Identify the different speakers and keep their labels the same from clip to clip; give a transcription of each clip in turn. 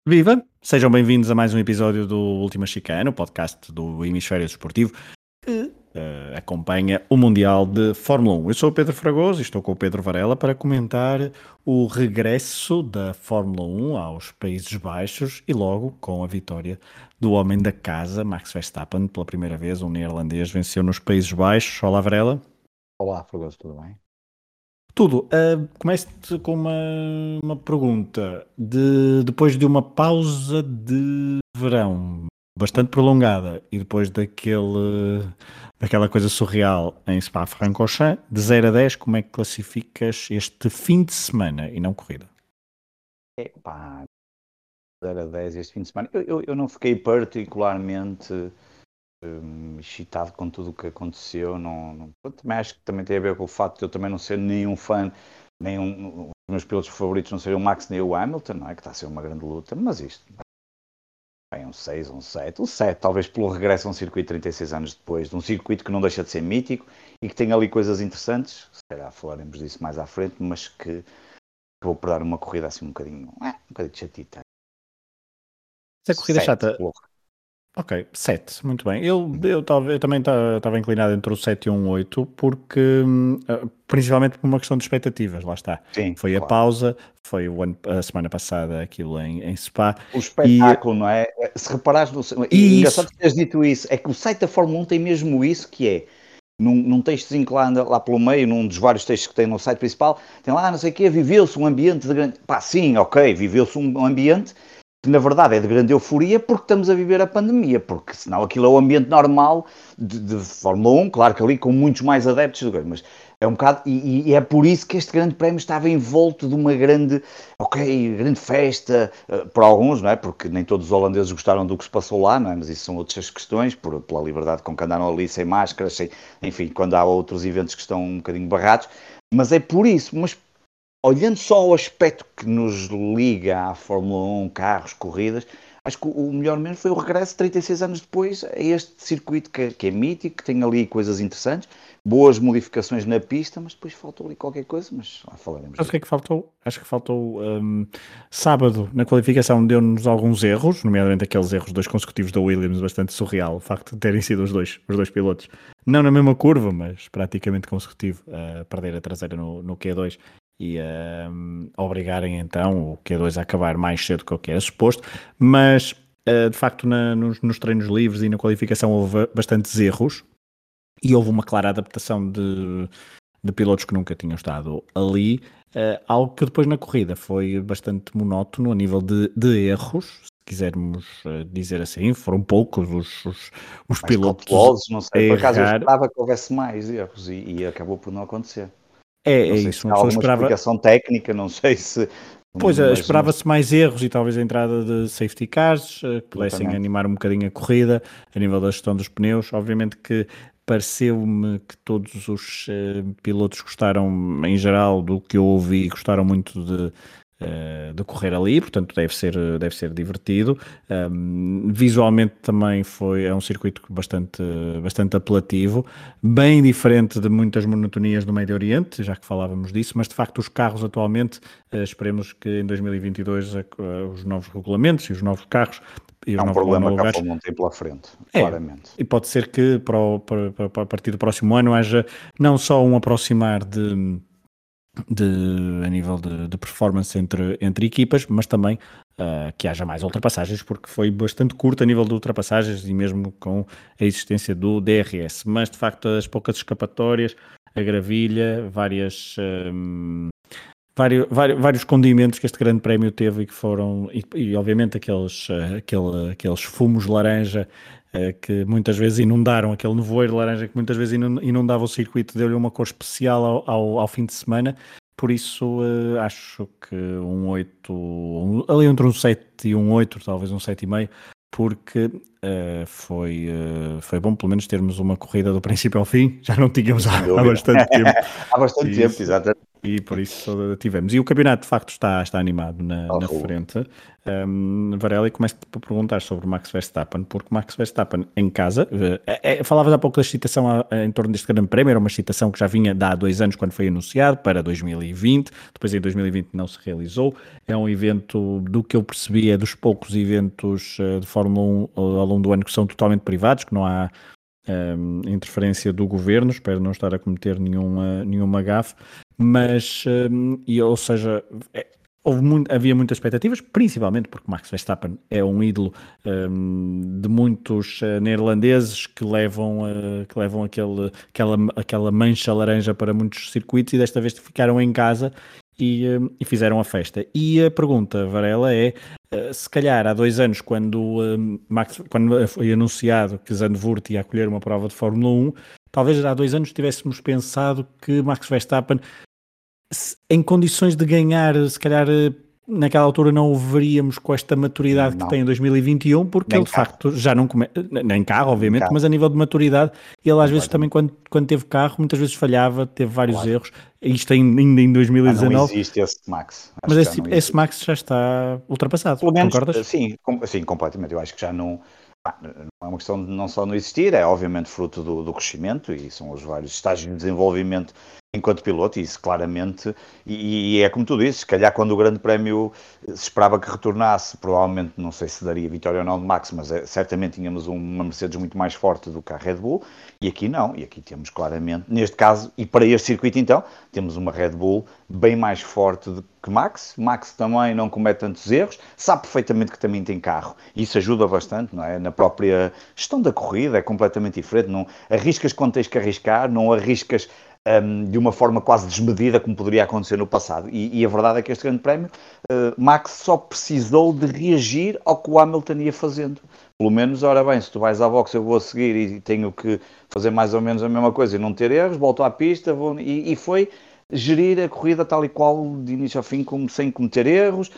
Speaker 1: Viva! Sejam bem-vindos a mais um episódio do Última Chicana, o podcast do Hemisfério Desportivo que acompanha o Mundial de Fórmula 1. Eu sou o Pedro Fragoso e estou com o Pedro Varela para comentar o regresso da Fórmula 1 aos Países Baixos e logo com a vitória do homem da casa, Max Verstappen, pela primeira vez, um neerlandês, venceu nos Países Baixos. Olá, Varela.
Speaker 2: Olá, Fragoso, tudo bem?
Speaker 1: Tudo. Começo-te com uma pergunta. Depois de uma pausa de verão bastante prolongada e depois daquela coisa surreal em Spa-Francorchamps, de 0 a 10, como é que classificas este fim de semana e não corrida?
Speaker 2: Epá, 0 a 10 este fim de semana. Eu não fiquei particularmente excitado com tudo o que aconteceu. Também acho que também tem a ver com o facto de eu também não ser nenhum fã, os meus pilotos favoritos não serem o Max nem o Hamilton, não é? Que está a ser uma grande luta, mas isto é um 6, um 7. Um 7, talvez pelo regresso a um circuito 36 anos depois, de um circuito que não deixa de ser mítico e que tem ali coisas interessantes. Se calhar falaremos disso mais à frente, mas que vou por dar uma corrida assim um bocadinho chatita.
Speaker 1: Essa corrida
Speaker 2: 7,
Speaker 1: chata.
Speaker 2: pelo...
Speaker 1: Ok, 7, muito bem. Eu também estava inclinado entre o 7 e um 8, porque principalmente por uma questão de expectativas, lá está.
Speaker 2: Sim,
Speaker 1: Foi
Speaker 2: claro.
Speaker 1: a pausa, foi a semana passada aquilo em Spa.
Speaker 2: O espetáculo, não é? Se reparares, e engraçado que teres dito isso, é que o site da Fórmula 1 tem mesmo isso, que é, num textozinho que lá anda lá pelo meio, num dos vários textos que tem no site principal, tem lá, não sei o quê, viveu-se um ambiente de grande... Pá, sim, ok, viveu-se um ambiente que na verdade é de grande euforia porque estamos a viver a pandemia, porque senão aquilo é o ambiente normal de Fórmula 1, claro que ali com muitos mais adeptos, mas é um bocado, e é por isso que este grande prémio estava envolto de uma grande festa, por alguns, não é? Porque nem todos os holandeses gostaram do que se passou lá, não é? Mas isso são outras questões, pela liberdade com que andaram ali sem máscaras, enfim, quando há outros eventos que estão um bocadinho barrados, mas é por isso, mas olhando só o aspecto que nos liga à Fórmula 1, carros, corridas, acho que o melhor mesmo foi o regresso 36 anos depois a este circuito que é mítico, que tem ali coisas interessantes, boas modificações na pista, mas depois faltou ali qualquer coisa, mas lá falaremos.
Speaker 1: Acho que faltou? Acho que faltou sábado na qualificação, deu-nos alguns erros, nomeadamente aqueles erros 2 consecutivos da Williams, bastante surreal, o facto de terem sido os dois pilotos, não na mesma curva, mas praticamente consecutivo, a perder a traseira no Q2 e a obrigarem então o Q2 a acabar mais cedo que o que era suposto, mas de facto nos treinos livres e na qualificação houve bastantes erros e houve uma clara adaptação de pilotos que nunca tinham estado ali, algo que depois na corrida foi bastante monótono a nível de erros, se quisermos dizer assim, foram poucos os pilotos
Speaker 2: não
Speaker 1: a
Speaker 2: sei, por acaso eu
Speaker 1: errar.
Speaker 2: esperava que houvesse mais erros e acabou por não acontecer.
Speaker 1: É
Speaker 2: Não sei
Speaker 1: isso,
Speaker 2: se
Speaker 1: uma
Speaker 2: há
Speaker 1: pessoa
Speaker 2: alguma
Speaker 1: esperava.
Speaker 2: explicação técnica, não sei se...
Speaker 1: Pois,
Speaker 2: Mas
Speaker 1: esperava-se mais erros e talvez a entrada de safety cars que pudessem
Speaker 2: exatamente.
Speaker 1: animar um bocadinho a corrida a nível da gestão dos pneus. Obviamente que pareceu-me que todos os pilotos gostaram, em geral, do que eu ouvi, gostaram muito de correr ali, portanto deve ser divertido. Visualmente também é um circuito bastante apelativo, bem diferente de muitas monotonias do Médio Oriente, já que falávamos disso, mas de facto os carros atualmente, esperemos que em 2022 os novos regulamentos e os novos carros e os
Speaker 2: É um
Speaker 1: novos
Speaker 2: problema que a
Speaker 1: homologados
Speaker 2: Fórmula 1 tem pela frente, claramente.
Speaker 1: e pode ser que a partir do próximo ano haja não só um aproximar a nível de performance entre equipas, mas também que haja mais ultrapassagens, porque foi bastante curto a nível de ultrapassagens e mesmo com a existência do DRS. Mas, de facto, as poucas escapatórias, a gravilha, vários condimentos que este grande prémio teve e que foram, e obviamente aqueles fumos de laranja que muitas vezes inundaram, aquele nevoeiro de laranja que muitas vezes inundava o circuito, deu-lhe uma cor especial ao fim de semana. Por isso acho que um 8, ali entre um 7 e um 8, talvez um 7,5, porque foi bom pelo menos termos uma corrida do princípio ao fim, já não tínhamos há bastante tempo.
Speaker 2: Há bastante tempo,
Speaker 1: Isso.
Speaker 2: exatamente.
Speaker 1: E por isso tivemos. E o campeonato de facto está animado na frente. Varela, e começo-te por perguntar sobre o Max Verstappen, porque o Max Verstappen em casa, falavas há pouco da excitação em torno deste grande prémio, era uma excitação que já vinha de há 2 anos quando foi anunciado para 2020, depois em 2020 não se realizou. É um evento, do que eu percebi, é dos poucos eventos de Fórmula 1 ao longo do ano que são totalmente privados, que não há interferência do governo, espero não estar a cometer nenhuma gafe, mas, ou seja, havia muitas expectativas, principalmente porque Max Verstappen é um ídolo de muitos neerlandeses que levam aquela mancha laranja para muitos circuitos, e desta vez ficaram em casa e fizeram a festa. E a pergunta, Varela, é se calhar há 2 anos, quando foi anunciado que Zandvoort ia acolher uma prova de Fórmula 1, talvez há 2 anos tivéssemos pensado que Max Verstappen, em condições de ganhar, se calhar naquela altura não o veríamos com esta maturidade que tem em 2021, porque nem ele de facto já não nem carro, obviamente, mas a nível de maturidade, ele às vezes também quando teve carro, muitas vezes falhava, teve vários erros, isto ainda em 2019.
Speaker 2: Não existe esse Max.
Speaker 1: Mas esse Max já está ultrapassado,
Speaker 2: pelo menos,
Speaker 1: concordas?
Speaker 2: Sim, completamente. Eu acho que já não é uma questão de não só não existir, é obviamente fruto do crescimento, e são os vários estágios de desenvolvimento enquanto piloto, e isso claramente, e é como tu dizes, se calhar quando o Grande Prémio se esperava que retornasse, provavelmente, não sei se daria vitória ou não de Max, mas certamente tínhamos uma Mercedes muito mais forte do que a Red Bull, e aqui não, e aqui temos claramente, neste caso, e para este circuito então, temos uma Red Bull bem mais forte do que Max também não comete tantos erros, sabe perfeitamente que também tem carro, e isso ajuda bastante, não é? Na própria gestão da corrida é completamente diferente, não arriscas quando tens que arriscar, não arriscas de uma forma quase desmedida, como poderia acontecer no passado. E a verdade é que este Grande Prémio, Max só precisou de reagir ao que o Hamilton ia fazendo. Pelo menos, ora bem, se tu vais à boxe, eu vou a seguir e tenho que fazer mais ou menos a mesma coisa e não ter erros, volto à pista, e foi gerir a corrida tal e qual, de início ao fim, sem cometer erros,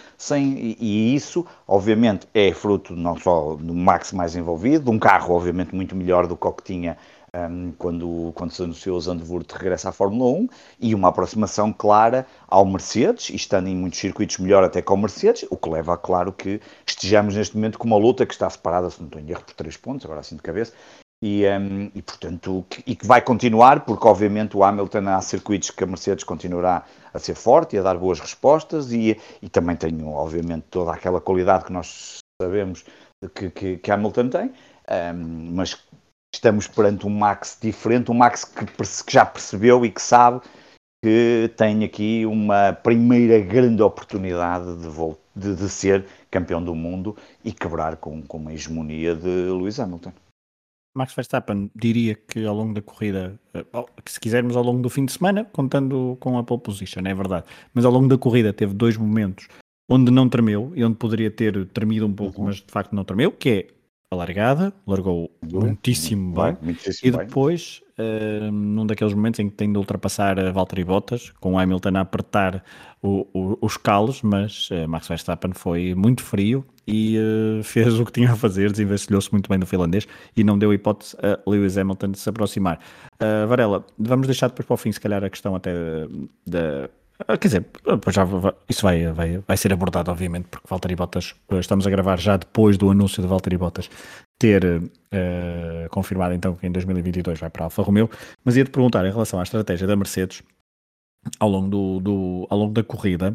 Speaker 2: e isso, obviamente, é fruto não só do Max mais envolvido, de um carro, obviamente, muito melhor do que o que tinha quando se anunciou o Zandvoort regressa à Fórmula 1, e uma aproximação clara ao Mercedes, e estando em muitos circuitos melhor até que ao Mercedes, o que leva a claro que estejamos neste momento com uma luta que está separada, se não estou em erro, por 3 pontos, agora assim de cabeça, e portanto, que vai continuar, porque obviamente o Hamilton, há circuitos que a Mercedes continuará a ser forte e a dar boas respostas, e também tem obviamente toda aquela qualidade que nós sabemos que Hamilton tem, mas estamos perante um Max diferente, um Max que já percebeu e que sabe que tem aqui uma primeira grande oportunidade de ser campeão do mundo e quebrar com uma hegemonia de Lewis Hamilton.
Speaker 1: Max Verstappen, diria que ao longo da corrida, que se quisermos ao longo do fim de semana, contando com a pole position, é verdade, mas ao longo da corrida teve 2 momentos onde não tremeu e onde poderia ter tremido um pouco, mas de facto não tremeu, que é a largada, largou muitíssimo bem, e depois, num daqueles momentos em que tem de ultrapassar a Valtteri Bottas, com o Hamilton a apertar os calos, mas Max Verstappen foi muito frio e fez o que tinha a fazer, desenvencilhou-se muito bem do finlandês e não deu hipótese a Lewis Hamilton de se aproximar. Varela, vamos deixar depois para o fim, se calhar, a questão até da... Quer dizer, isso vai ser abordado, obviamente, porque Valtteri Bottas, estamos a gravar já depois do anúncio de Valtteri Bottas ter confirmado então que em 2022 vai para a Alfa Romeo, mas ia-te perguntar em relação à estratégia da Mercedes ao longo da corrida,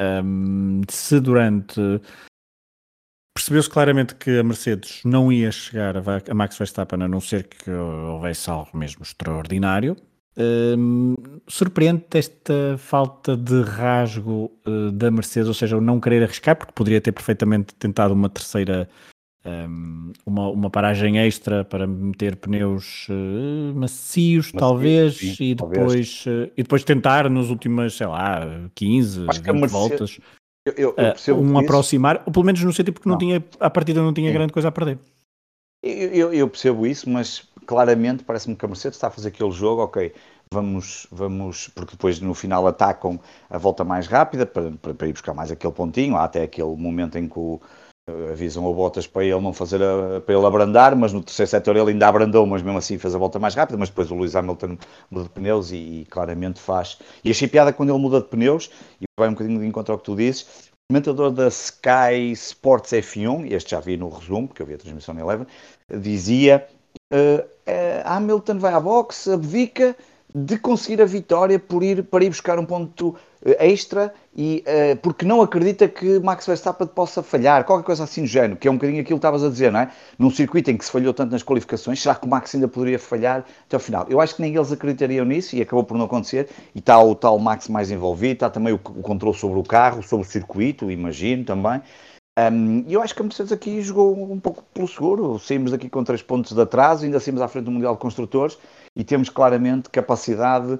Speaker 1: se durante... Percebeu-se claramente que a Mercedes não ia chegar a Max Verstappen a não ser que houvesse algo mesmo extraordinário. Surpreende esta falta de rasgo da Mercedes, ou seja, o não querer arriscar, porque poderia ter perfeitamente tentado uma terceira, uma paragem extra para meter pneus macios, talvez,
Speaker 2: sim,
Speaker 1: e depois tentar nos últimos, sei lá, 15, 20 voltas
Speaker 2: eu percebo
Speaker 1: aproximar, ou pelo menos no sentido porque não tinha, à partida não tinha grande coisa a perder.
Speaker 2: Eu percebo isso, mas claramente parece-me que a Mercedes está a fazer aquele jogo, ok, vamos, porque depois no final atacam a volta mais rápida para ir buscar mais aquele pontinho, há até aquele momento em que avisam a Bottas para ele não fazer para ele abrandar, mas no terceiro setor ele ainda abrandou, mas mesmo assim fez a volta mais rápida, mas depois o Lewis Hamilton muda de pneus e claramente faz. E achei piada quando ele muda de pneus, e vai um bocadinho de encontro ao que tu dizes, o comentador da Sky Sports F1, este já vi no resumo, porque eu vi a transmissão na Eleven, dizia Hamilton vai à boxe, abdica de conseguir a vitória para ir buscar um ponto extra e porque não acredita que Max Verstappen possa falhar, qualquer coisa assim do género, que é um bocadinho aquilo que estavas a dizer, não é? Num circuito em que se falhou tanto nas qualificações, será que o Max ainda poderia falhar até ao final? Eu acho que nem eles acreditariam nisso e acabou por não acontecer, e está o tal Max mais envolvido, está também o controle sobre o carro, sobre o circuito, imagino também. E eu acho que a Mercedes aqui jogou um pouco pelo seguro. Saímos daqui com 3 pontos de atraso, ainda saímos à frente do Mundial de Construtores e temos claramente capacidade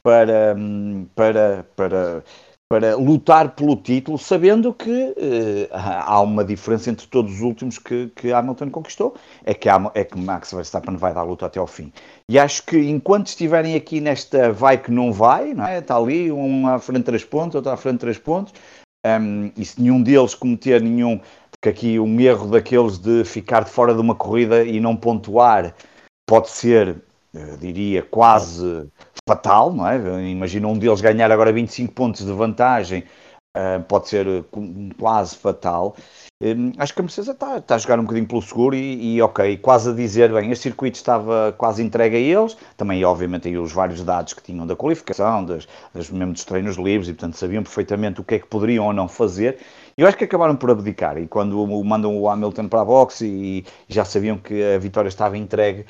Speaker 2: para lutar pelo título, sabendo que há uma diferença entre todos os últimos que Hamilton conquistou, é que Max Verstappen vai dar a luta até ao fim. E acho que enquanto estiverem aqui nesta vai que não vai, não é? Está ali um à frente de 3 pontos, outro à frente de 3 pontos, e se nenhum deles cometer nenhum, porque aqui um erro daqueles de ficar de fora de uma corrida e não pontuar pode ser, diria, quase fatal, não é? Imagina um deles ganhar agora 25 pontos de vantagem, pode ser quase fatal. Acho que a Mercedes está a jogar um bocadinho pelo seguro e ok, quase a dizer, bem, este circuito estava quase entregue a eles, também obviamente aí os vários dados que tinham da qualificação, mesmo dos treinos livres, e portanto sabiam perfeitamente o que é que poderiam ou não fazer. Eu acho que acabaram por abdicar, e quando mandam o Hamilton para a boxe e já sabiam que a vitória estava entregue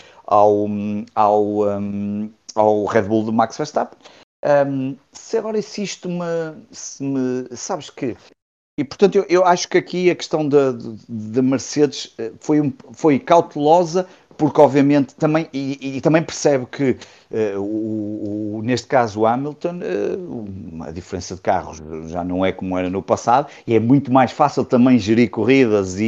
Speaker 2: ao Red Bull de Max Verstappen, se agora se isto sabes que e, portanto, eu acho que aqui a questão da Mercedes foi cautelosa, porque obviamente também, e também percebe que, neste caso, o Hamilton, a diferença de carros já não é como era no passado, e é muito mais fácil também gerir corridas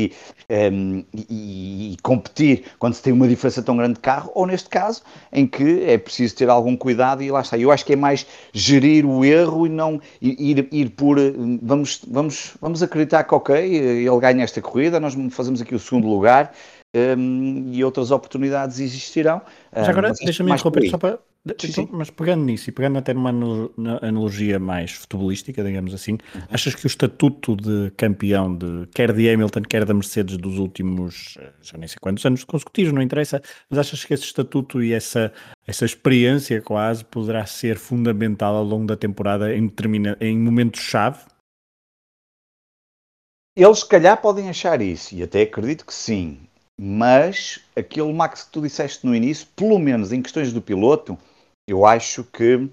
Speaker 2: e competir quando se tem uma diferença tão grande de carro, ou neste caso, em que é preciso ter algum cuidado, e lá está. Eu acho que é mais gerir o erro e não ir por vamos acreditar que ok, ele ganha esta corrida, nós fazemos aqui o segundo lugar, e outras oportunidades existirão.
Speaker 1: Já agora, deixa-me interromper só para.
Speaker 2: Sim,
Speaker 1: Então,
Speaker 2: sim.
Speaker 1: mas pegando nisso e pegando até numa analogia mais futebolística, digamos assim, achas que o estatuto de campeão quer de Hamilton, quer da Mercedes dos últimos, já nem sei quantos anos consecutivos, não interessa, mas achas que esse estatuto e essa experiência quase poderá ser fundamental ao longo da temporada em momentos-chave?
Speaker 2: Eles, se calhar, podem achar isso, e até acredito que sim, mas aquele Max que tu disseste no início, pelo menos em questões do piloto, eu acho que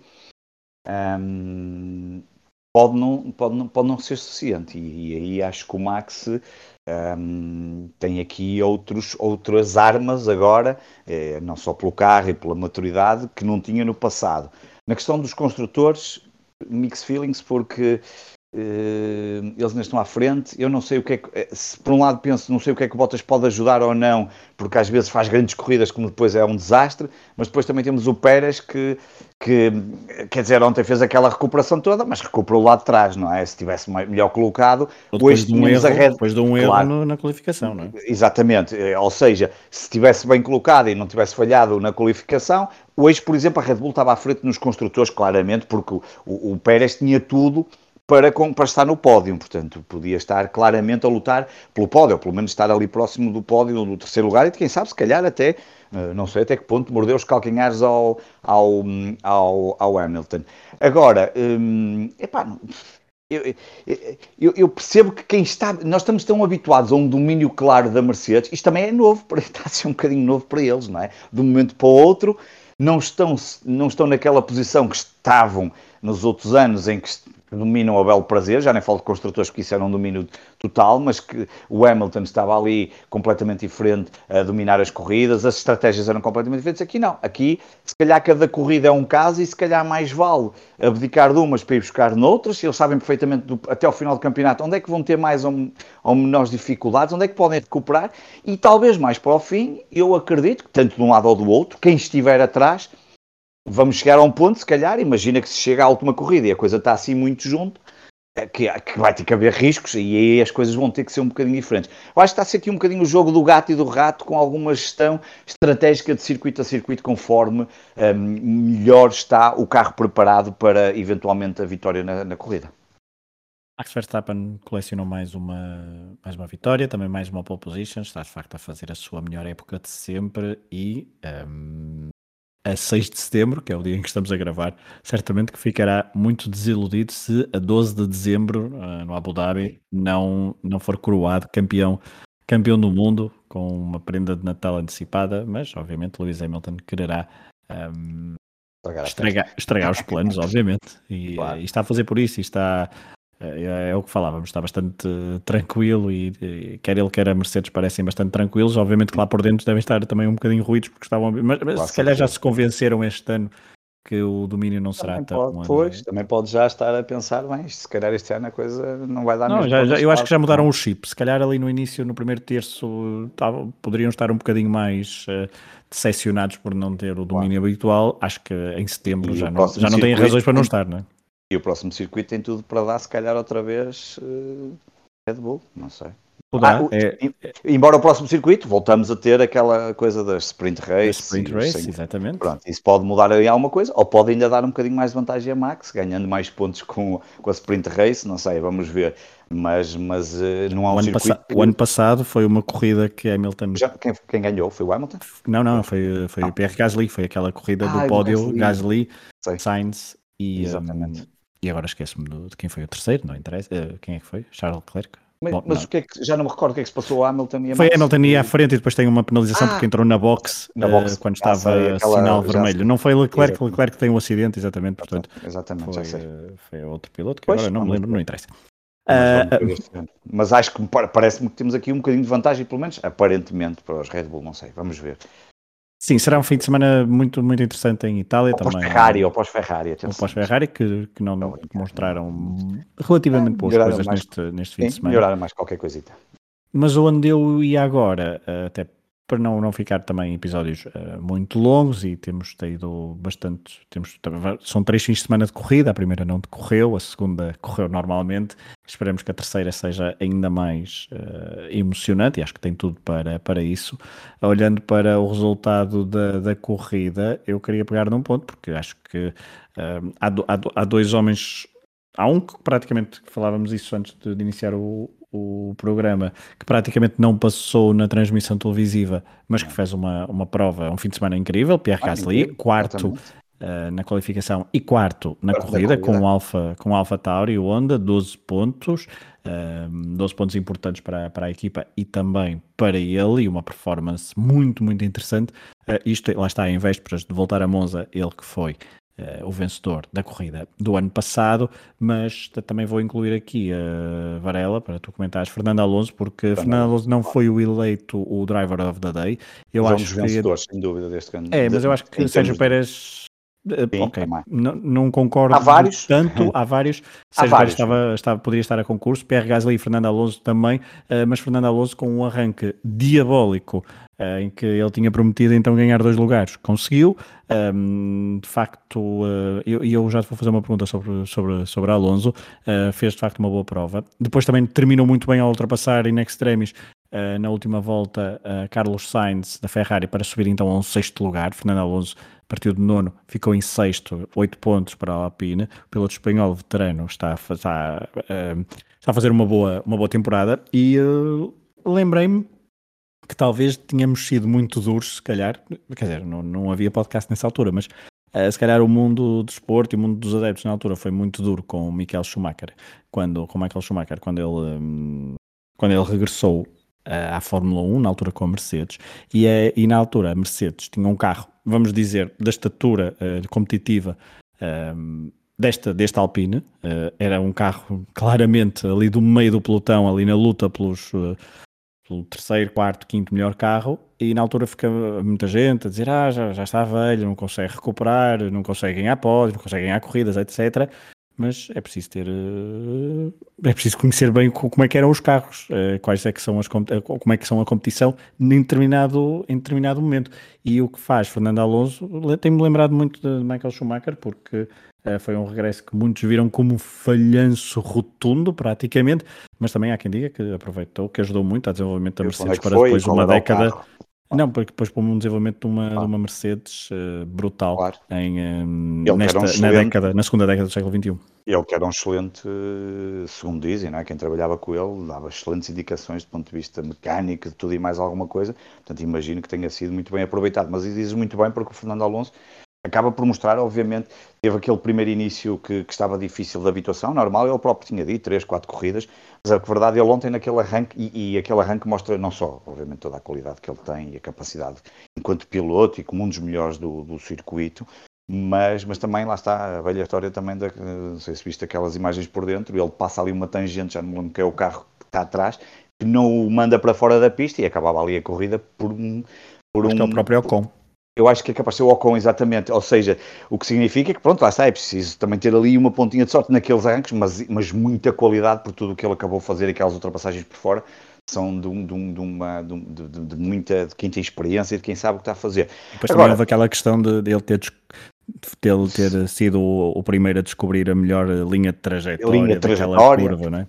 Speaker 2: pode não ser suficiente. E aí acho que o Max tem aqui outras armas agora, não só pelo carro e pela maturidade, que não tinha no passado. Na questão dos construtores, mixed feelings, porque eles ainda estão à frente. Eu não sei o que é que, se por um lado penso, não sei o que é que o Bottas pode ajudar ou não, porque às vezes faz grandes corridas, como depois é um desastre, mas depois também temos o Pérez que quer dizer, ontem fez aquela recuperação toda, mas recuperou lá de trás, não é? Se estivesse melhor colocado,
Speaker 1: Ou
Speaker 2: hoje tínhamos a Red...
Speaker 1: depois de um erro
Speaker 2: Claro,
Speaker 1: na qualificação, não é?
Speaker 2: exatamente, ou seja, se estivesse bem colocado e não tivesse falhado na qualificação, hoje, por exemplo, a Red Bull estava à frente nos construtores, claramente, porque o Pérez tinha tudo para estar no pódio, portanto, podia estar claramente a lutar pelo pódio, ou pelo menos estar ali próximo do pódio, do terceiro lugar, e quem sabe, se calhar até, não sei até que ponto, mordeu os calcanhares ao Hamilton. Agora, epá, eu percebo que quem está. Nós estamos tão habituados a um domínio claro da Mercedes, isto também é novo, está a ser um bocadinho novo para eles, não é? De um momento para o outro, não estão naquela posição que estavam nos outros anos em que dominam a belo prazer, já nem falo de construtores porque isso era um domínio total, mas que o Hamilton estava ali completamente diferente a dominar as corridas, as estratégias eram completamente diferentes. Aqui não, aqui se calhar cada corrida é um caso e se calhar mais vale abdicar de umas para ir buscar noutras, eles sabem perfeitamente até ao final do campeonato onde é que vão ter mais ou menores dificuldades, onde é que podem recuperar e talvez mais para o fim, eu acredito que tanto de um lado ou do outro, quem estiver atrás, vamos chegar a um ponto, se calhar, imagina que se chega à última corrida e a coisa está assim muito junto, que vai ter que haver riscos e aí as coisas vão ter que ser um bocadinho diferentes. Eu acho que está a ser aqui um bocadinho o jogo do gato e do rato, com alguma gestão estratégica de circuito a circuito, conforme melhor está o carro preparado para eventualmente a vitória na corrida.
Speaker 1: Max Verstappen colecionou mais uma vitória, também mais uma pole position, está de facto a fazer a sua melhor época de sempre e a 6 de setembro, que é o dia em que estamos a gravar, certamente que ficará muito desiludido se a 12 de dezembro, no Abu Dhabi, não for coroado campeão do mundo com uma prenda de Natal antecipada, mas obviamente Lewis Hamilton quererá estragar os planos, obviamente, e está a fazer por isso, e está... É o que falávamos, está bastante tranquilo e quer ele quer a Mercedes parecem bastante tranquilos, obviamente que lá por dentro devem estar também um bocadinho ruídos porque estavam, mas se calhar já se convenceram este ano que o domínio não será tão...
Speaker 2: Também pode já estar a pensar, bem, se calhar este ano a coisa não vai dar
Speaker 1: não,
Speaker 2: mesmo.
Speaker 1: eu acho que já mudaram o chip, se calhar ali no início, no primeiro terço poderiam estar um bocadinho mais decepcionados por não ter o domínio habitual, acho que em setembro já não têm razões para não estar, não é?
Speaker 2: E o próximo circuito tem tudo para dar, se calhar, outra vez Red Bull, não sei. Embora o próximo circuito, voltamos a ter aquela coisa das sprint race.
Speaker 1: Exatamente.
Speaker 2: Pronto, isso pode mudar aí alguma coisa, ou pode ainda dar um bocadinho mais de vantagem a Max, ganhando mais pontos com a sprint race, não sei, vamos ver. Mas não há um circuito...
Speaker 1: O ano passado foi uma corrida que Hamilton...
Speaker 2: Quem ganhou? Foi o Hamilton?
Speaker 1: Não, foi o Pierre Gasly, foi aquela corrida do pódio, Gasly, Sainz e...
Speaker 2: Exatamente.
Speaker 1: E agora esqueço-me de quem foi o terceiro, não interessa. Quem é que foi? Charles Leclerc?
Speaker 2: Mas o que é que, já não me recordo o que é que se passou ao Hamilton e a Max.
Speaker 1: Foi Hamilton ia à frente e depois tem uma penalização porque entrou na box quando estava sinal vermelho. Não foi Leclerc que tem um acidente, exatamente, portanto.
Speaker 2: Exatamente, já sei.
Speaker 1: Foi outro piloto que agora não me lembro, não interessa.
Speaker 2: Mas acho que parece-me que temos aqui um bocadinho de vantagem, pelo menos aparentemente, para os Red Bull, não sei, vamos ver.
Speaker 1: Sim, será um fim de semana muito, muito interessante em Itália
Speaker 2: ou
Speaker 1: também.
Speaker 2: Ou pós-Ferrari,
Speaker 1: que mostraram relativamente boas coisas neste fim de semana.
Speaker 2: Melhoraram mais qualquer coisita.
Speaker 1: Mas onde eu ia agora, até para não ficar também episódios muito longos, e temos ido bastante, são 3 fins de semana de corrida, a primeira não decorreu, a segunda correu normalmente, esperamos que a terceira seja ainda mais emocionante, e acho que tem tudo para isso. Olhando para o resultado da corrida, eu queria pegar num ponto, porque acho que há dois homens, há um que praticamente, falávamos isso antes de iniciar o programa, que praticamente não passou na transmissão televisiva, mas que fez uma prova, um fim de semana incrível, Pierre Gasly, quarto na qualificação e quarto na corrida, com o Alfa Tauri e o Honda, 12 pontos, 12 pontos importantes para a equipa e também para ele, e uma performance muito, muito interessante. Isto, lá está, em vésperas de voltar a Monza, ele que foi o vencedor da corrida do ano passado, mas também vou incluir aqui Varela, para tu comentares, Fernando Alonso, porque Fernando Alonso não foi o eleito o Driver of the Day. Eu acho que
Speaker 2: vencedores, sem dúvida, deste ano.
Speaker 1: Mas eu acho que Sérgio Pérez... não concordo
Speaker 2: há vários.
Speaker 1: tanto, há vários. Sérgio Pérez poderia estar a concurso, Pierre Gasly e Fernando Alonso também, mas Fernando Alonso com um arranque diabólico em que ele tinha prometido então ganhar 2 lugares, conseguiu. De facto, eu já te vou fazer uma pergunta sobre Alonso. Fez de facto uma boa prova, depois também terminou muito bem a ultrapassar in extremis na última volta Carlos Sainz da Ferrari para subir então a um 6º lugar. Fernando Alonso partiu de 9º, ficou em 6º, 8 pontos para a Alpine. O piloto espanhol veterano está a fazer uma boa temporada, e lembrei-me que talvez tínhamos sido muito duros, se calhar, quer dizer, não havia podcast nessa altura, mas se calhar o mundo do desporto e o mundo dos adeptos na altura foi muito duro com o Michael Schumacher, quando ele regressou à Fórmula 1, na altura com a Mercedes, e na altura a Mercedes tinha um carro, vamos dizer, da estatura competitiva deste Alpine, era um carro claramente ali do meio do pelotão, ali na luta pelo 3º, 4º, 5º melhor carro, e na altura fica muita gente a dizer já está velho, não consegue recuperar, não consegue ganhar pódios, não consegue ganhar corridas, etc. Mas é preciso conhecer bem como é que eram os carros, quais é que são como é que são a competição em determinado momento. E o que faz Fernando Alonso tem-me lembrado muito de Michael Schumacher, porque Foi um regresso que muitos viram como um falhanço rotundo, praticamente, mas também há quem diga que aproveitou, que ajudou muito ao desenvolvimento da Mercedes para
Speaker 2: foi,
Speaker 1: depois uma década.
Speaker 2: carro?
Speaker 1: Não, porque depois para um desenvolvimento de uma Mercedes brutal
Speaker 2: Claro.
Speaker 1: na segunda década do século XXI.
Speaker 2: Ele que era um excelente, segundo dizem, não é? Quem trabalhava com ele dava excelentes indicações do ponto de vista mecânico, de tudo e mais alguma coisa. Portanto, imagino que tenha sido muito bem aproveitado. Mas dizes muito bem porque o Fernando Alonso acaba por mostrar, obviamente, teve aquele primeiro início que estava difícil de habituação, normal, ele próprio tinha dito, 3, 4 corridas, mas a verdade, ele ontem naquele arranque, e aquele arranque mostra não só, obviamente, toda a qualidade que ele tem e a capacidade enquanto piloto e como um dos melhores do circuito, mas também lá está a velha história também, não sei se viste aquelas imagens por dentro, ele passa ali uma tangente, já não me lembro que é o carro que está atrás, que não o manda para fora da pista e acabava ali a corrida
Speaker 1: Acho que é o próprio Ocon.
Speaker 2: Eu acho que é capaz de ser o Ocon, exatamente. Ou seja, o que significa que, pronto, lá está, é preciso também ter ali uma pontinha de sorte naqueles arranques, mas muita qualidade por tudo o que ele acabou de fazer, aquelas ultrapassagens por fora, são de muita, de quem tem experiência e de quem sabe o que está a fazer.
Speaker 1: E depois também houve aquela questão de ele ter sido o primeiro a descobrir a melhor linha de trajetória daquela curva, não é?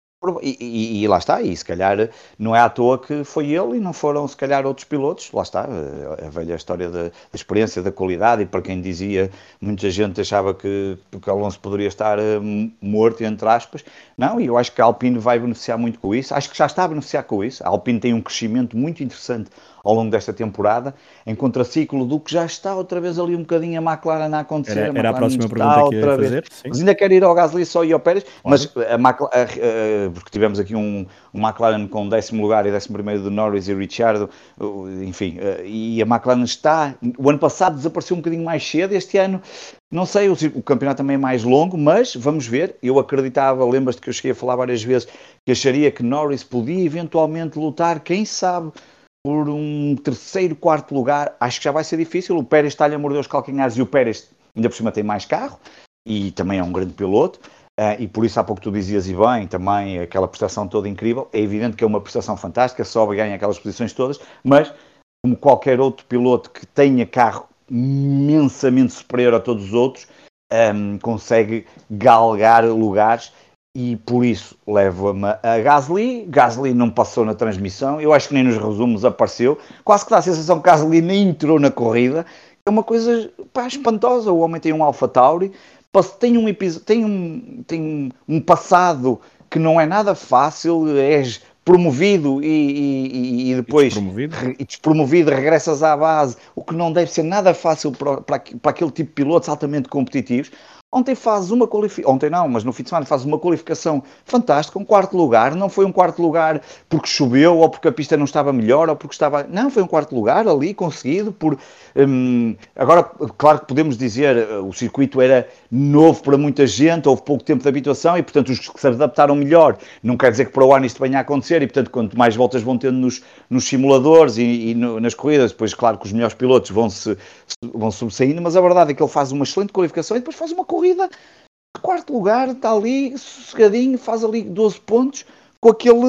Speaker 2: E lá está, e se calhar não é à toa que foi ele e não foram se calhar outros pilotos, lá está, a velha história da experiência, da qualidade, e para quem dizia, muita gente achava que o Alonso poderia estar morto, entre aspas, não, e eu acho que a Alpine vai beneficiar muito com isso, acho que já está a beneficiar com isso, a Alpine tem um crescimento muito interessante ao longo desta temporada, em contraciclo do que já está outra vez ali um bocadinho a McLaren a acontecer.
Speaker 1: Era a próxima pergunta que ia fazer. Sim.
Speaker 2: Mas ainda quero ir ao Gasly só e ao Pérez, mas porque tivemos aqui um McLaren com 10º lugar e 11º de Norris e Ricciardo, enfim, e a McLaren está, o ano passado desapareceu um bocadinho mais cedo, este ano não sei, o campeonato também é mais longo, mas vamos ver. Eu acreditava, lembras-te que eu cheguei a falar várias vezes, que acharia que Norris podia eventualmente lutar, quem sabe, por um 3º, 4º lugar. Acho que já vai ser difícil. O Pérez está-lhe a morder os calcanhares e o Pérez ainda por cima tem mais carro e também é um grande piloto. E por isso há pouco tu dizias, e bem, também aquela prestação toda incrível. É evidente que é uma prestação fantástica, sobe e ganha aquelas posições todas, mas como qualquer outro piloto que tenha carro imensamente superior a todos os outros, consegue galgar lugares. E por isso leva-me a Gasly. Gasly não passou na transmissão, eu acho que nem nos resumos apareceu, quase que dá a sensação que Gasly nem entrou na corrida. É uma coisa espantosa. O homem tem um AlphaTauri, tem um passado que não é nada fácil, és promovido e depois despromovido, regressas à base, o que não deve ser nada fácil para aquele tipo de pilotos altamente competitivos. Ontem faz uma qualificação, ontem não, mas no fim de semana faz uma qualificação fantástica, um 4º lugar, não foi um 4º lugar porque choveu ou porque a pista não estava melhor ou porque estava, não, foi um 4º lugar ali conseguido por, agora claro que podemos dizer, o circuito era novo para muita gente, houve pouco tempo de habituação e portanto os que se adaptaram melhor, não quer dizer que para o ano isto venha a acontecer e portanto quanto mais voltas vão tendo nos simuladores e nas corridas, depois claro que os melhores pilotos vão sobressaindo, mas a verdade é que ele faz uma excelente qualificação e depois faz uma corrida de 4º lugar, está ali sossegadinho, faz ali 12 pontos com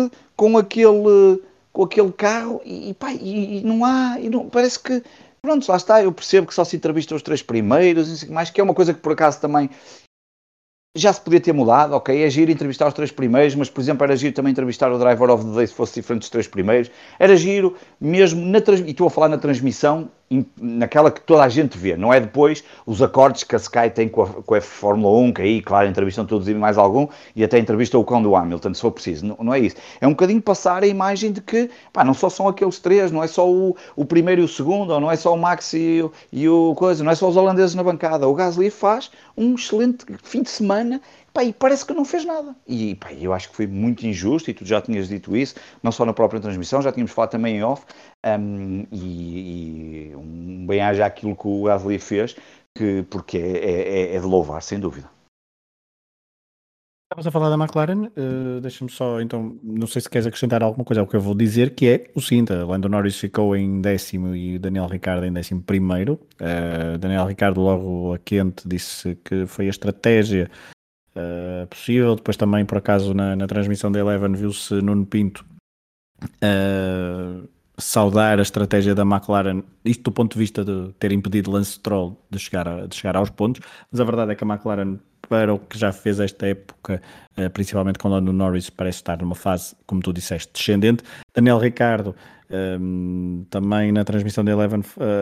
Speaker 2: aquele carro e não há, parece que pronto, lá está, eu percebo que só se entrevista os 3 primeiros, não sei mais, que é uma coisa que por acaso também já se podia ter mudado, ok, é giro entrevistar os 3 primeiros, mas por exemplo era giro também entrevistar o Driver of the Day se fosse diferente dos 3 primeiros, era giro mesmo, e estou a falar na transmissão, naquela que toda a gente vê, não é depois os acordes que a Sky tem com a Fórmula 1, que aí, claro, entrevistam todos e mais algum, e até entrevistam o cão do Hamilton, se for preciso, não é isso. É um bocadinho passar a imagem de que, não só são aqueles 3, não é só o primeiro e o segundo, ou não é só o Max e o coisa, não é só os holandeses na bancada. O Gasly faz um excelente fim de semana, e parece que não fez nada. E eu acho que foi muito injusto, e tu já tinhas dito isso, não só na própria transmissão, já tínhamos falado também em off, e um bem-aja àquilo que o Gasly fez, porque é de louvar, sem dúvida.
Speaker 1: Estavas a falar da McLaren, deixa-me só, então, não sei se queres acrescentar alguma coisa ao que eu vou dizer, que é o seguinte: Lando Norris ficou em 10º e Daniel Ricciardo em 11º. Daniel Ricciardo logo a quente disse que foi a estratégia possível. Depois também, por acaso, na transmissão da Eleven viu-se Nuno Pinto saudar a estratégia da McLaren, isto do ponto de vista de ter impedido Lance Stroll de chegar aos pontos, mas a verdade é que a McLaren, para o que já fez esta época, principalmente com o Lando Norris, parece estar numa fase, como tu disseste, descendente. Daniel Ricciardo, também na transmissão da Eleven,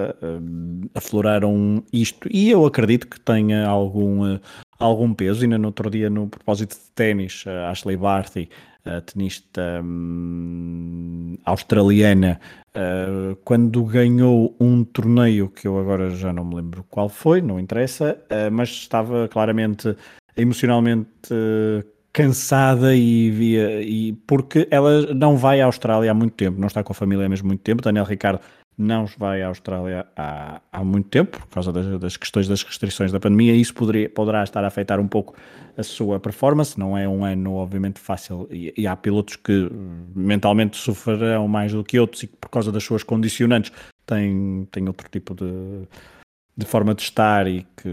Speaker 1: afloraram isto, e eu acredito que tenha algum peso. Ainda no outro dia, no propósito de ténis, Ashley Barty, a tenista australiana, quando ganhou um torneio que eu agora já não me lembro qual foi, não interessa, mas estava claramente emocionalmente cansada e porque ela não vai à Austrália há muito tempo, não está com a família há mesmo muito tempo. Daniel Ricciardo não vai à Austrália há muito tempo, por causa das questões das restrições da pandemia, e isso poderá estar a afetar um pouco a sua performance. Não é um ano, obviamente, fácil, e há pilotos que mentalmente sofrerão mais do que outros e que, por causa das suas condicionantes, têm outro tipo de forma de estar,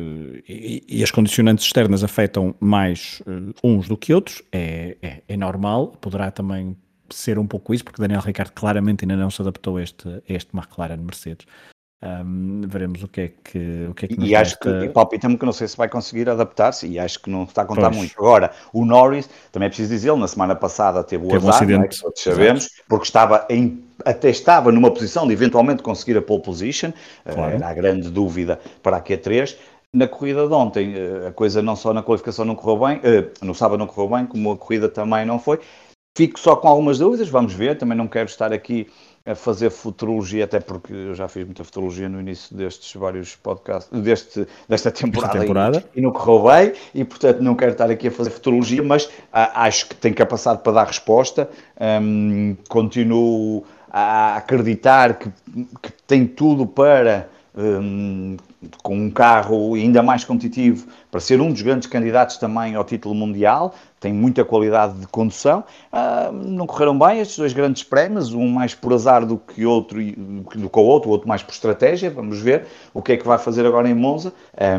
Speaker 1: e as condicionantes externas afetam mais uns do que outros. É normal, poderá também ser um pouco isso, porque Daniel Ricciardo claramente ainda não se adaptou a este McLaren Mercedes. Veremos o que é que nos
Speaker 2: E acho que, palpita-me que não sei se vai conseguir adaptar-se, e acho que não está a contar
Speaker 1: Pois.
Speaker 2: muito. Agora, o Norris, também é preciso dizer, na semana passada teve o
Speaker 1: Teve um
Speaker 2: azar, não é,
Speaker 1: acidente,
Speaker 2: que todos sabemos, porque até estava numa posição de eventualmente conseguir a pole position,
Speaker 1: Claro.
Speaker 2: era a grande dúvida para a Q3. Na corrida de ontem, a coisa não só na qualificação não correu bem, no sábado não correu bem, como a corrida também não foi. Fico só com algumas dúvidas, vamos ver, também não quero estar aqui a fazer futurologia, até porque eu já fiz muita futurologia no início destes vários podcasts, desta temporada. E não correu bem, e portanto não quero estar aqui a fazer futurologia, mas acho que tem capacidade para dar resposta. Continuo a acreditar que tem tudo para, com um carro ainda mais competitivo, para ser um dos grandes candidatos também ao título mundial. Tem muita qualidade de condução. Não correram bem estes dois grandes prémios, um mais por azar do que o outro mais por estratégia. Vamos ver o que é que vai fazer agora em Monza,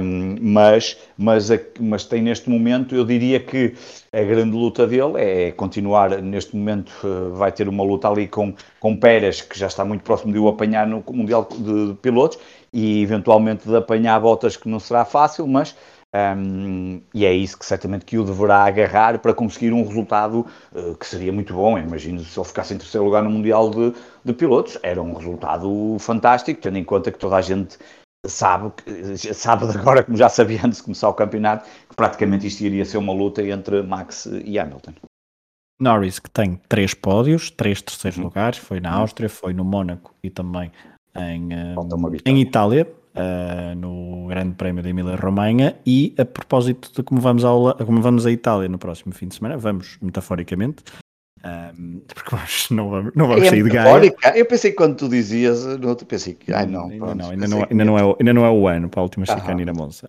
Speaker 2: mas tem neste momento, eu diria que a grande luta dele é continuar. Neste momento vai ter uma luta ali com Pérez, que já está muito próximo de o apanhar no Mundial de Pilotos, e eventualmente de apanhar Bottas, que não será fácil, mas e é isso que certamente que o deverá agarrar para conseguir um resultado que seria muito bom. Eu imagino, se ele ficasse em terceiro lugar no Mundial de Pilotos, era um resultado fantástico, tendo em conta que toda a gente sabe de agora, como já sabia antes de começar o campeonato, que praticamente isto iria ser uma luta entre Max e Hamilton.
Speaker 1: Norris, que tem 3 pódios, 3 terceiros lugares, foi na Áustria, foi no Mónaco e também em Itália, no Grande Prémio da Emília-Romanha. E a propósito de como vamos à Itália no próximo fim de semana, vamos metaforicamente, porque não vamos sair de Gaia.
Speaker 2: Eu pensei que quando tu dizias, pensei que ainda
Speaker 1: não é o ano para a última chicane na Monza.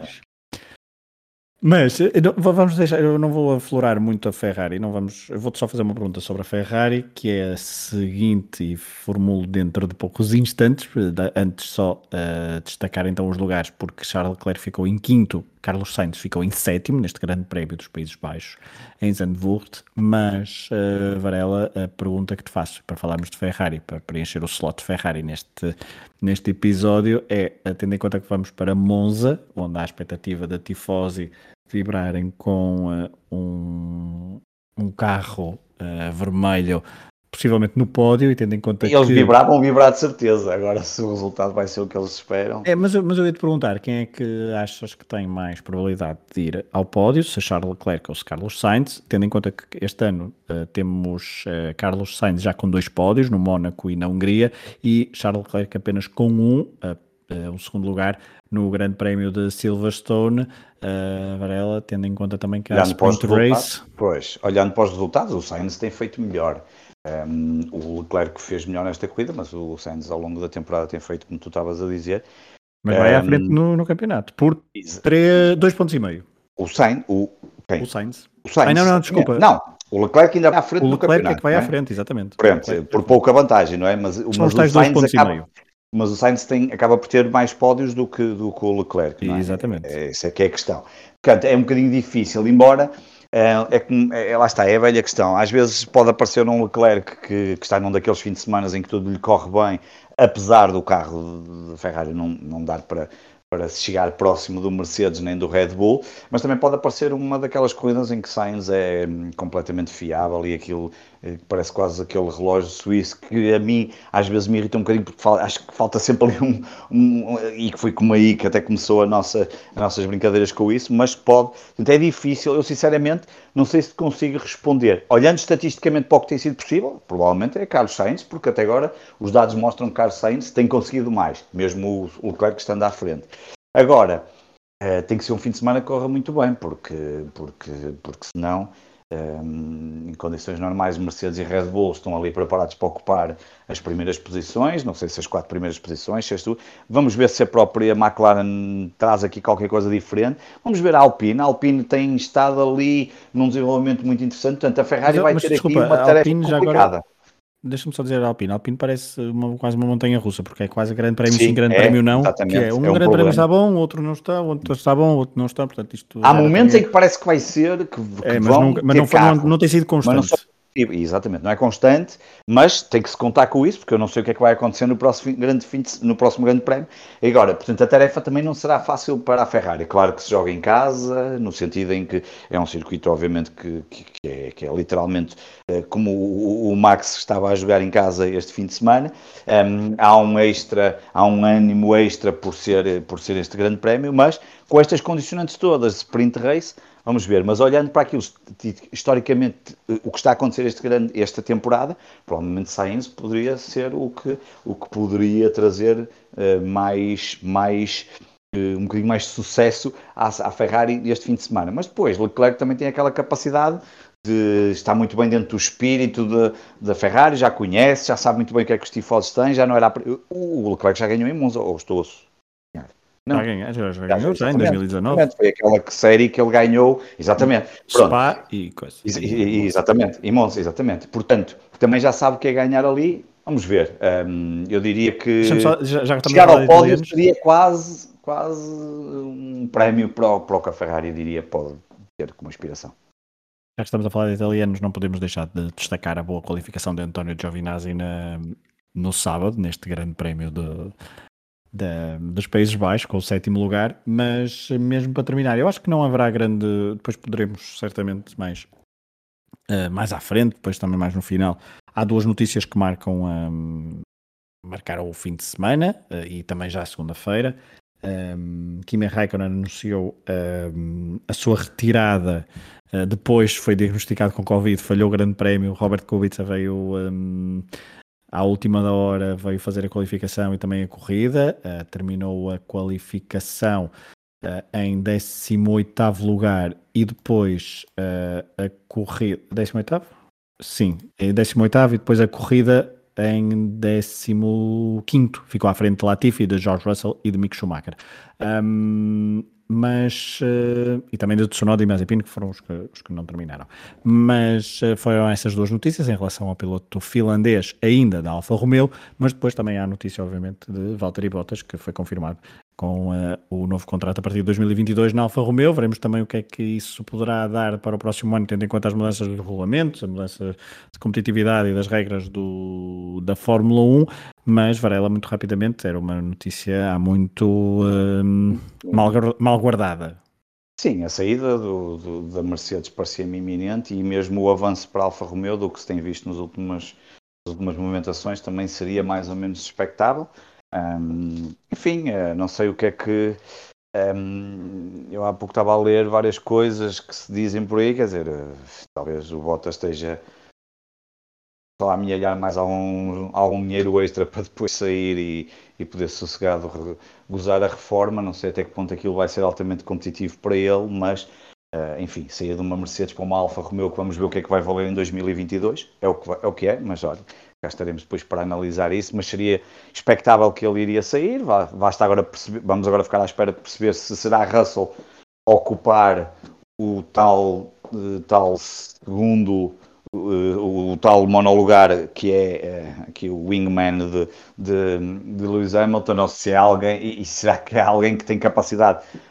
Speaker 1: Mas vamos deixar, eu não vou aflorar muito a Ferrari, eu vou-te só fazer uma pergunta sobre a Ferrari, que é a seguinte, e formulo dentro de poucos instantes. Antes só destacar então os lugares, porque Charles Leclerc ficou em quinto, Carlos Sainz ficou em sétimo neste Grande Prémio dos Países Baixos, em Zandvoort. Mas, Varela, a pergunta que te faço para falarmos de Ferrari, para preencher o slot de Ferrari neste episódio, é, tendo em conta que vamos para Monza, onde há a expectativa da tifosi vibrarem com um carro vermelho, possivelmente no pódio, e tendo em conta que...
Speaker 2: Eles vão vibrar de certeza. Agora, se o resultado vai ser o que eles esperam...
Speaker 1: Mas eu ia-te perguntar, quem é que achas que tem mais probabilidade de ir ao pódio, se Charles Leclerc ou se Carlos Sainz, tendo em conta que este ano temos Carlos Sainz já com 2 pódios, no Mónaco e na Hungria, e Charles Leclerc apenas com um segundo lugar no Grande Prémio de Silverstone. Varela, tendo em conta também que há Sprint Race...
Speaker 2: Pois, olhando para os resultados, o Sainz tem feito melhor. O Leclerc fez melhor nesta corrida, mas o Sainz ao longo da temporada tem feito como tu estavas a dizer.
Speaker 1: Mas vai à frente no campeonato, por 2,5 pontos.
Speaker 2: O Sainz?
Speaker 1: O Sainz.
Speaker 2: Não,
Speaker 1: desculpa.
Speaker 2: Não, o Leclerc ainda vai à frente no campeonato.
Speaker 1: O Leclerc é que vai à frente, exatamente.
Speaker 2: Por pouca vantagem, não é? Mas
Speaker 1: os tais 2,5 pontos.
Speaker 2: Mas o Sainz acaba por ter mais pódios do que o Leclerc, não é?
Speaker 1: Exatamente.
Speaker 2: Essa é que é a questão. Portanto, é um bocadinho difícil, embora Lá está, é a velha questão. Às vezes pode aparecer um Leclerc que está num daqueles fins de semana em que tudo lhe corre bem, apesar do carro de Ferrari não dar para se chegar próximo do Mercedes nem do Red Bull, mas também pode aparecer uma daquelas corridas em que Sainz é completamente fiável e aquilo parece quase aquele relógio suíço que a mim às vezes me irrita um bocadinho porque acho que falta sempre ali e que foi como aí que até começou as nossas brincadeiras com isso, mas pode, é difícil, eu sinceramente não sei se consigo responder. Olhando estatisticamente para o que tem sido possível, provavelmente é Carlos Sainz, porque até agora os dados mostram que Carlos Sainz tem conseguido mais, mesmo o Leclerc estando à frente. Agora, tem que ser um fim de semana que corra muito bem, porque senão, em condições normais, Mercedes e Red Bull estão ali preparados para ocupar as primeiras posições, não sei se as 4 primeiras posições, se és tu. Vamos ver se a própria McLaren traz aqui qualquer coisa diferente. Vamos ver a Alpine tem estado ali num desenvolvimento muito interessante, portanto a Ferrari vai ter aqui uma tarefa complicada.
Speaker 1: Deixa-me só dizer a Alpine. A Alpine parece quase uma montanha-russa, porque é quase grande prémio sim, grande
Speaker 2: é,
Speaker 1: prémio não. Que é um grande prémio está bom, outro não está, outro está bom, outro não está. Portanto, isto
Speaker 2: há momentos em que parece que vai ser,
Speaker 1: mas não tem sido constante.
Speaker 2: Exatamente, não é constante, mas tem que se contar com isso, porque eu não sei o que é que vai acontecer no próximo grande prémio. E agora, portanto, a tarefa também não será fácil para a Ferrari. Claro que se joga em casa, no sentido em que é um circuito, obviamente, que é literalmente como o Max estava a jogar em casa este fim de semana. Há um ânimo extra por ser este grande prémio, mas com estas condicionantes todas, sprint race, vamos ver, mas olhando para aquilo, historicamente, o que está a acontecer esta temporada, provavelmente Sainz poderia ser o que poderia trazer um bocadinho mais de sucesso à Ferrari este fim de semana. Mas depois, Leclerc também tem aquela capacidade de estar muito bem dentro do espírito da Ferrari, já conhece, já sabe muito bem o que é que os tifosos têm, já não era... O Leclerc já ganhou em Monza, ou estou...
Speaker 1: Não. Já ganhou em 2019.
Speaker 2: Foi aquela série que ele ganhou, exatamente.
Speaker 1: Spa e coisa.
Speaker 2: Exatamente, e Monza, exatamente. Portanto, também já sabe o que é ganhar ali. Vamos ver. Eu diria que chegar ao pódio seria quase um prémio para o que a Ferrari diria pode ter como inspiração.
Speaker 1: Já que estamos a falar de italianos, não podemos deixar de destacar a boa qualificação de António Giovinazzi no sábado, neste grande prémio dos Países Baixos, com o 7º lugar, mas mesmo para terminar, eu acho que não haverá grande, depois poderemos certamente mais à frente, depois também mais no final, há 2 notícias que marcaram o fim de semana e também já a segunda-feira. Kimi Räikkönen anunciou a sua retirada, depois foi diagnosticado com Covid, falhou o grande prémio, Robert Kubica veio... à última da hora veio fazer a qualificação e também a corrida, terminou a qualificação em 18º lugar e depois a corrida... 18º? Sim, em 18º e depois a corrida em 15º. Ficou à frente de Latifi, de George Russell e de Mick Schumacher. Mas, e também de Tsunoda e Mazepin, que foram os que não terminaram. Mas foram essas 2 notícias em relação ao piloto finlandês, ainda da Alfa Romeo, mas depois também há a notícia, obviamente, de Valtteri Bottas, que foi confirmado com o novo contrato a partir de 2022 na Alfa Romeo. Veremos também o que é que isso poderá dar para o próximo ano, tendo em conta as mudanças dos regulamentos, a mudança de competitividade e das regras da Fórmula 1, mas Varela, muito rapidamente, era uma notícia há muito mal guardada.
Speaker 2: Sim, a saída da Mercedes parecia-me iminente e mesmo o avanço para a Alfa Romeo, do que se tem visto nas últimas movimentações, também seria mais ou menos expectável. Enfim, não sei o que é que... eu há pouco estava a ler várias coisas que se dizem por aí, quer dizer, talvez o Bottas esteja a amealhar mais algum dinheiro extra para depois sair e poder sossegado gozar a reforma. Não sei até que ponto aquilo vai ser altamente competitivo para ele, mas enfim, sair de uma Mercedes para uma Alfa Romeo, que vamos ver o que é que vai valer em 2022, é o que é, mas olha, cá estaremos depois para analisar isso, mas seria expectável que ele iria sair. Vamos agora ficar à espera de perceber se será Russell ocupar o tal segundo, o tal monolugar que é aqui o wingman de Lewis Hamilton, ou se é alguém, e será que é alguém que tem capacidade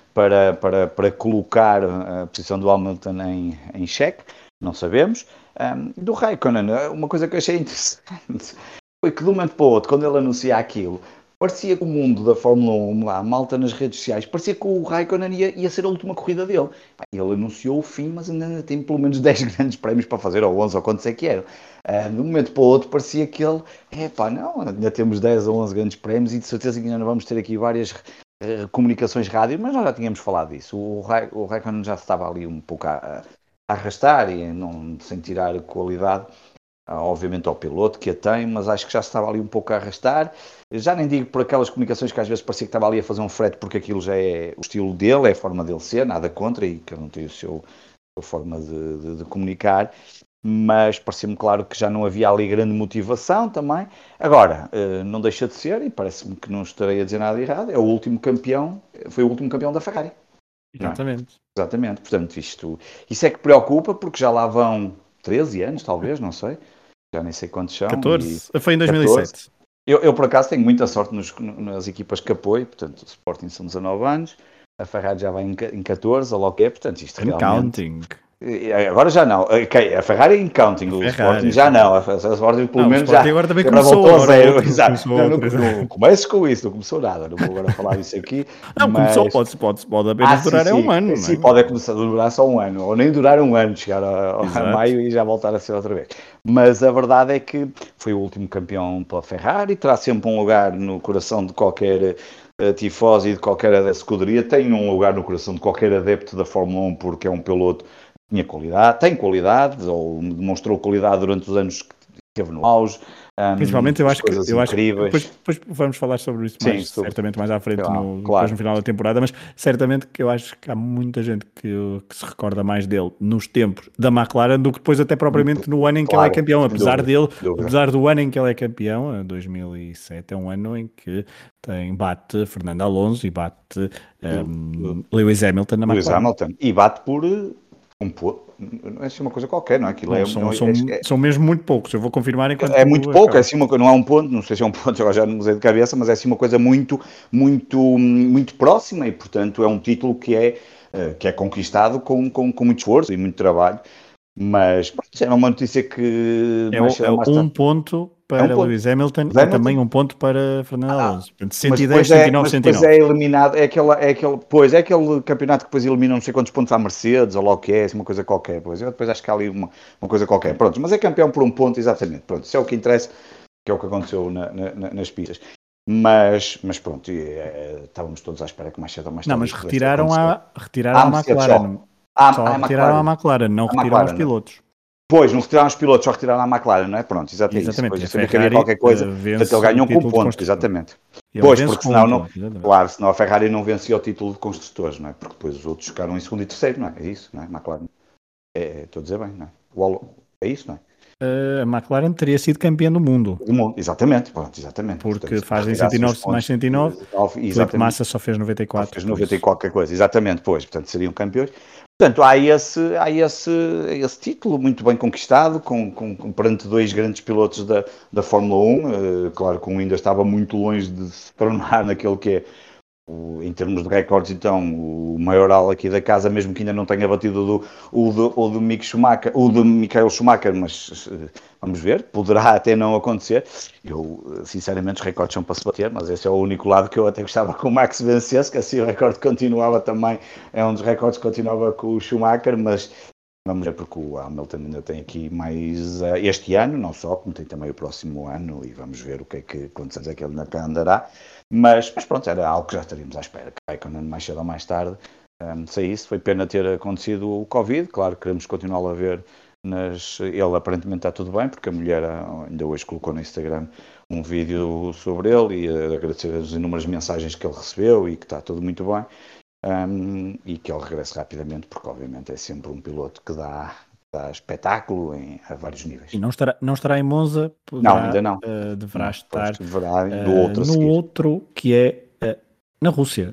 Speaker 2: para colocar a posição do Hamilton em xeque, não sabemos. Do Raikkonen, uma coisa que eu achei interessante foi que de um momento para o outro, quando ele anuncia aquilo, parecia que o mundo da Fórmula 1, lá, a malta nas redes sociais, parecia que o Raikkonen ia ser a última corrida dele. Ele anunciou o fim, mas ainda tem pelo menos 10 grandes prémios para fazer, ou 11, ou quantos é que eram. De um momento para o outro, parecia que ele, não, ainda temos 10 ou 11 grandes prémios e de certeza que ainda vamos ter aqui várias comunicações rádio, mas nós já tínhamos falado disso. O Raikkonen já estava ali um pouco a arrastar e não, sem tirar qualidade, obviamente ao piloto que a tem, mas acho que já estava ali um pouco a arrastar. Já nem digo por aquelas comunicações que às vezes parecia que estava ali a fazer um frete, porque aquilo já é o estilo dele, é a forma dele ser, nada contra, e que ele não tem a sua forma de comunicar, mas parecia-me claro que já não havia ali grande motivação também. Agora, não deixa de ser, e parece-me que não estarei a dizer nada errado, é o último campeão, foi o último campeão da Ferrari.
Speaker 1: Exatamente.
Speaker 2: Exatamente, portanto, isso é que preocupa, porque já lá vão 13 anos, talvez, não sei, já nem sei quantos são.
Speaker 1: 14, foi em 2007.
Speaker 2: 14. Eu, por acaso, tenho muita sorte nas equipas que apoio, portanto, o Sporting são 19 anos, a Ferrari já vai em 14, ou logo que é, portanto, isto realmente...
Speaker 1: Counting.
Speaker 2: Agora já não. Okay, a Ferrari em counting, o Sporting já não. A Sporting pelo menos já
Speaker 1: agora também começou
Speaker 2: voltou a zero. Exato. Não comeces com isso, não começou nada. Não vou agora falar disso aqui.
Speaker 1: Não,
Speaker 2: mas...
Speaker 1: começou, pode apenas durar um ano.
Speaker 2: Sim, pode começar a durar só um ano, ou nem durar um ano, chegar a maio e já voltar a ser outra vez. Mas a verdade é que foi o último campeão pela Ferrari, terá sempre um lugar no coração de qualquer tifosi e de qualquer adepto de escuderia, tem um lugar no coração de qualquer adepto da Fórmula 1, porque é um piloto tinha qualidade, tem qualidade, ou demonstrou qualidade durante os anos que esteve no auge.
Speaker 1: Principalmente, eu acho que
Speaker 2: incríveis.
Speaker 1: Depois vamos falar sobre isso certamente mais à frente,
Speaker 2: claro.
Speaker 1: depois no final da temporada, mas certamente que eu acho que há muita gente que se recorda mais dele nos tempos da McLaren do que depois até propriamente no ano em que ele é campeão, apesar do ano em que ele é campeão, 2007 é um ano em que bate Fernando Alonso e bate Lewis Hamilton na McLaren.
Speaker 2: E bate por... não é assim uma coisa qualquer, não é? Aquilo
Speaker 1: são mesmo muito poucos, eu vou confirmar enquanto...
Speaker 2: É muito pouco, é assim não é um ponto, não sei se é um ponto, agora já não usei de cabeça, mas é assim uma coisa muito, muito, muito próxima e, portanto, é um título que é conquistado com muito esforço e muito trabalho, mas é uma notícia que...
Speaker 1: um ponto para Lewis Hamilton e também um ponto para Fernando Alonso. Portanto, 110, 109, 109.
Speaker 2: Depois é eliminado, é aquele campeonato que depois elimina não sei quantos pontos à Mercedes, ou lá o que é, uma coisa qualquer. Eu depois acho que há ali uma coisa qualquer. Pronto, mas é campeão por um ponto, exatamente. Pronto, isso é o que interessa, que é o que aconteceu nas pistas. Mas pronto, estávamos todos à espera que mais cedo ou mais tarde...
Speaker 1: Não, mas retiraram a McLaren. Só retiraram a McLaren, não retiraram os pilotos.
Speaker 2: Pois, não retiraram os pilotos, só retiraram a McLaren, não é? Pronto, exatamente. Depois eu sabia que havia qualquer coisa, portanto ele ganhou com um ponto, exatamente. Pois, porque senão, claro, senão a Ferrari não vencia o título de construtores, não é? Porque depois os outros ficaram em segundo e terceiro, não é? É isso, não é? McLaren. Estou a dizer bem, não é? É isso, não é?
Speaker 1: A McLaren teria sido campeã do mundo.
Speaker 2: Exatamente, pronto, exatamente.
Speaker 1: Porque portanto, fazem 109 mais 109, Felipe Massa só fez 94.
Speaker 2: Fez 90 e qualquer coisa, exatamente, pois, portanto seriam campeões. Portanto, há esse título muito bem conquistado, perante dois grandes pilotos da Fórmula 1. Claro que um ainda estava muito longe de se tornar naquele que é, em termos de recordes, então, o maioral aqui da casa, mesmo que ainda não tenha batido o do Michael Schumacher, mas vamos ver, poderá até não acontecer. Eu, sinceramente, os recordes são para se bater, mas esse é o único lado que eu até gostava que o Max vencesse, que assim o recorde continuava também, é um dos recordes que continuava com o Schumacher, mas vamos ver, porque o Hamilton ainda tem aqui mais este ano, não só, como tem também o próximo ano, e vamos ver quantos anos é que ele ainda cá andará. Mas pronto, era algo que já estaríamos à espera, que Raikkonen mais cedo ou mais tarde saísse. Foi pena ter acontecido o Covid, claro, queremos continuá-lo a ver, ele aparentemente está tudo bem, porque a mulher ainda hoje colocou no Instagram um vídeo sobre ele e agradecer as inúmeras mensagens que ele recebeu e que está tudo muito bem, e que ele regresse rapidamente, porque obviamente é sempre um piloto que dá espetáculo a vários níveis.
Speaker 1: E não estará em Monza?
Speaker 2: Ainda não.
Speaker 1: Deverá estar
Speaker 2: no
Speaker 1: outro que é na Rússia,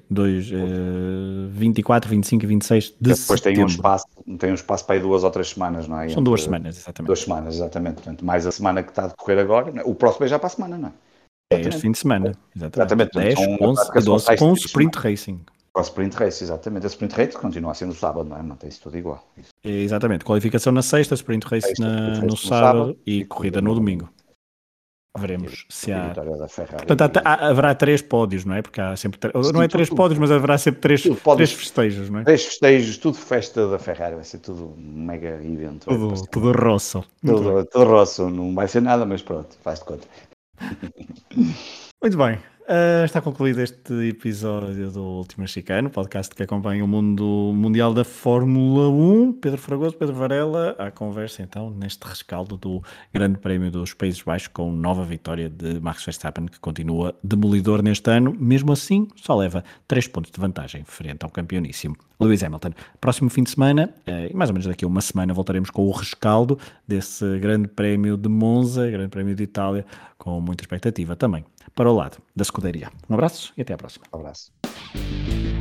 Speaker 1: 24, 25 e 26 de
Speaker 2: depois
Speaker 1: setembro.
Speaker 2: Tem um espaço para aí 2 ou 3 semanas, não é?
Speaker 1: São 2 semanas, exatamente.
Speaker 2: 2 semanas, exatamente. Portanto, mais a semana que está a decorrer agora. O próximo é já para a semana, não é?
Speaker 1: É este fim de semana, exatamente. 10,
Speaker 2: então,
Speaker 1: 11 e 12 com o Sprint Racing.
Speaker 2: Para o Sprint Race, exatamente. A Sprint Race continua a ser no sábado, não é? Mantém-se tudo igual.
Speaker 1: Exatamente, qualificação na sexta, Sprint Race no sábado e corrida no domingo. Veremos se há. Portanto, haverá 3 pódios, não é? Porque há sempre. Não é 3 pódios, mas haverá sempre 3 festejos, não é?
Speaker 2: 3 festejos, tudo festa da Ferrari, vai ser tudo um mega evento.
Speaker 1: Tudo Russell.
Speaker 2: Tudo Russell, não vai ser nada, mas pronto, faz de conta.
Speaker 1: Muito bem. Está concluído este episódio do Última Chicane, podcast que acompanha o mundo mundial da Fórmula 1. Pedro Fragoso, Pedro Varela, à conversa então neste rescaldo do Grande Prémio dos Países Baixos com nova vitória de Max Verstappen, que continua demolidor neste ano. Mesmo assim, só leva 3 pontos de vantagem frente ao campeoníssimo Lewis Hamilton. Próximo fim de semana, e mais ou menos daqui a uma semana, voltaremos com o rescaldo desse Grande Prémio de Monza, Grande Prémio de Itália, com muita expectativa também para o lado da escuderia. Um abraço e até à próxima.
Speaker 2: Um abraço.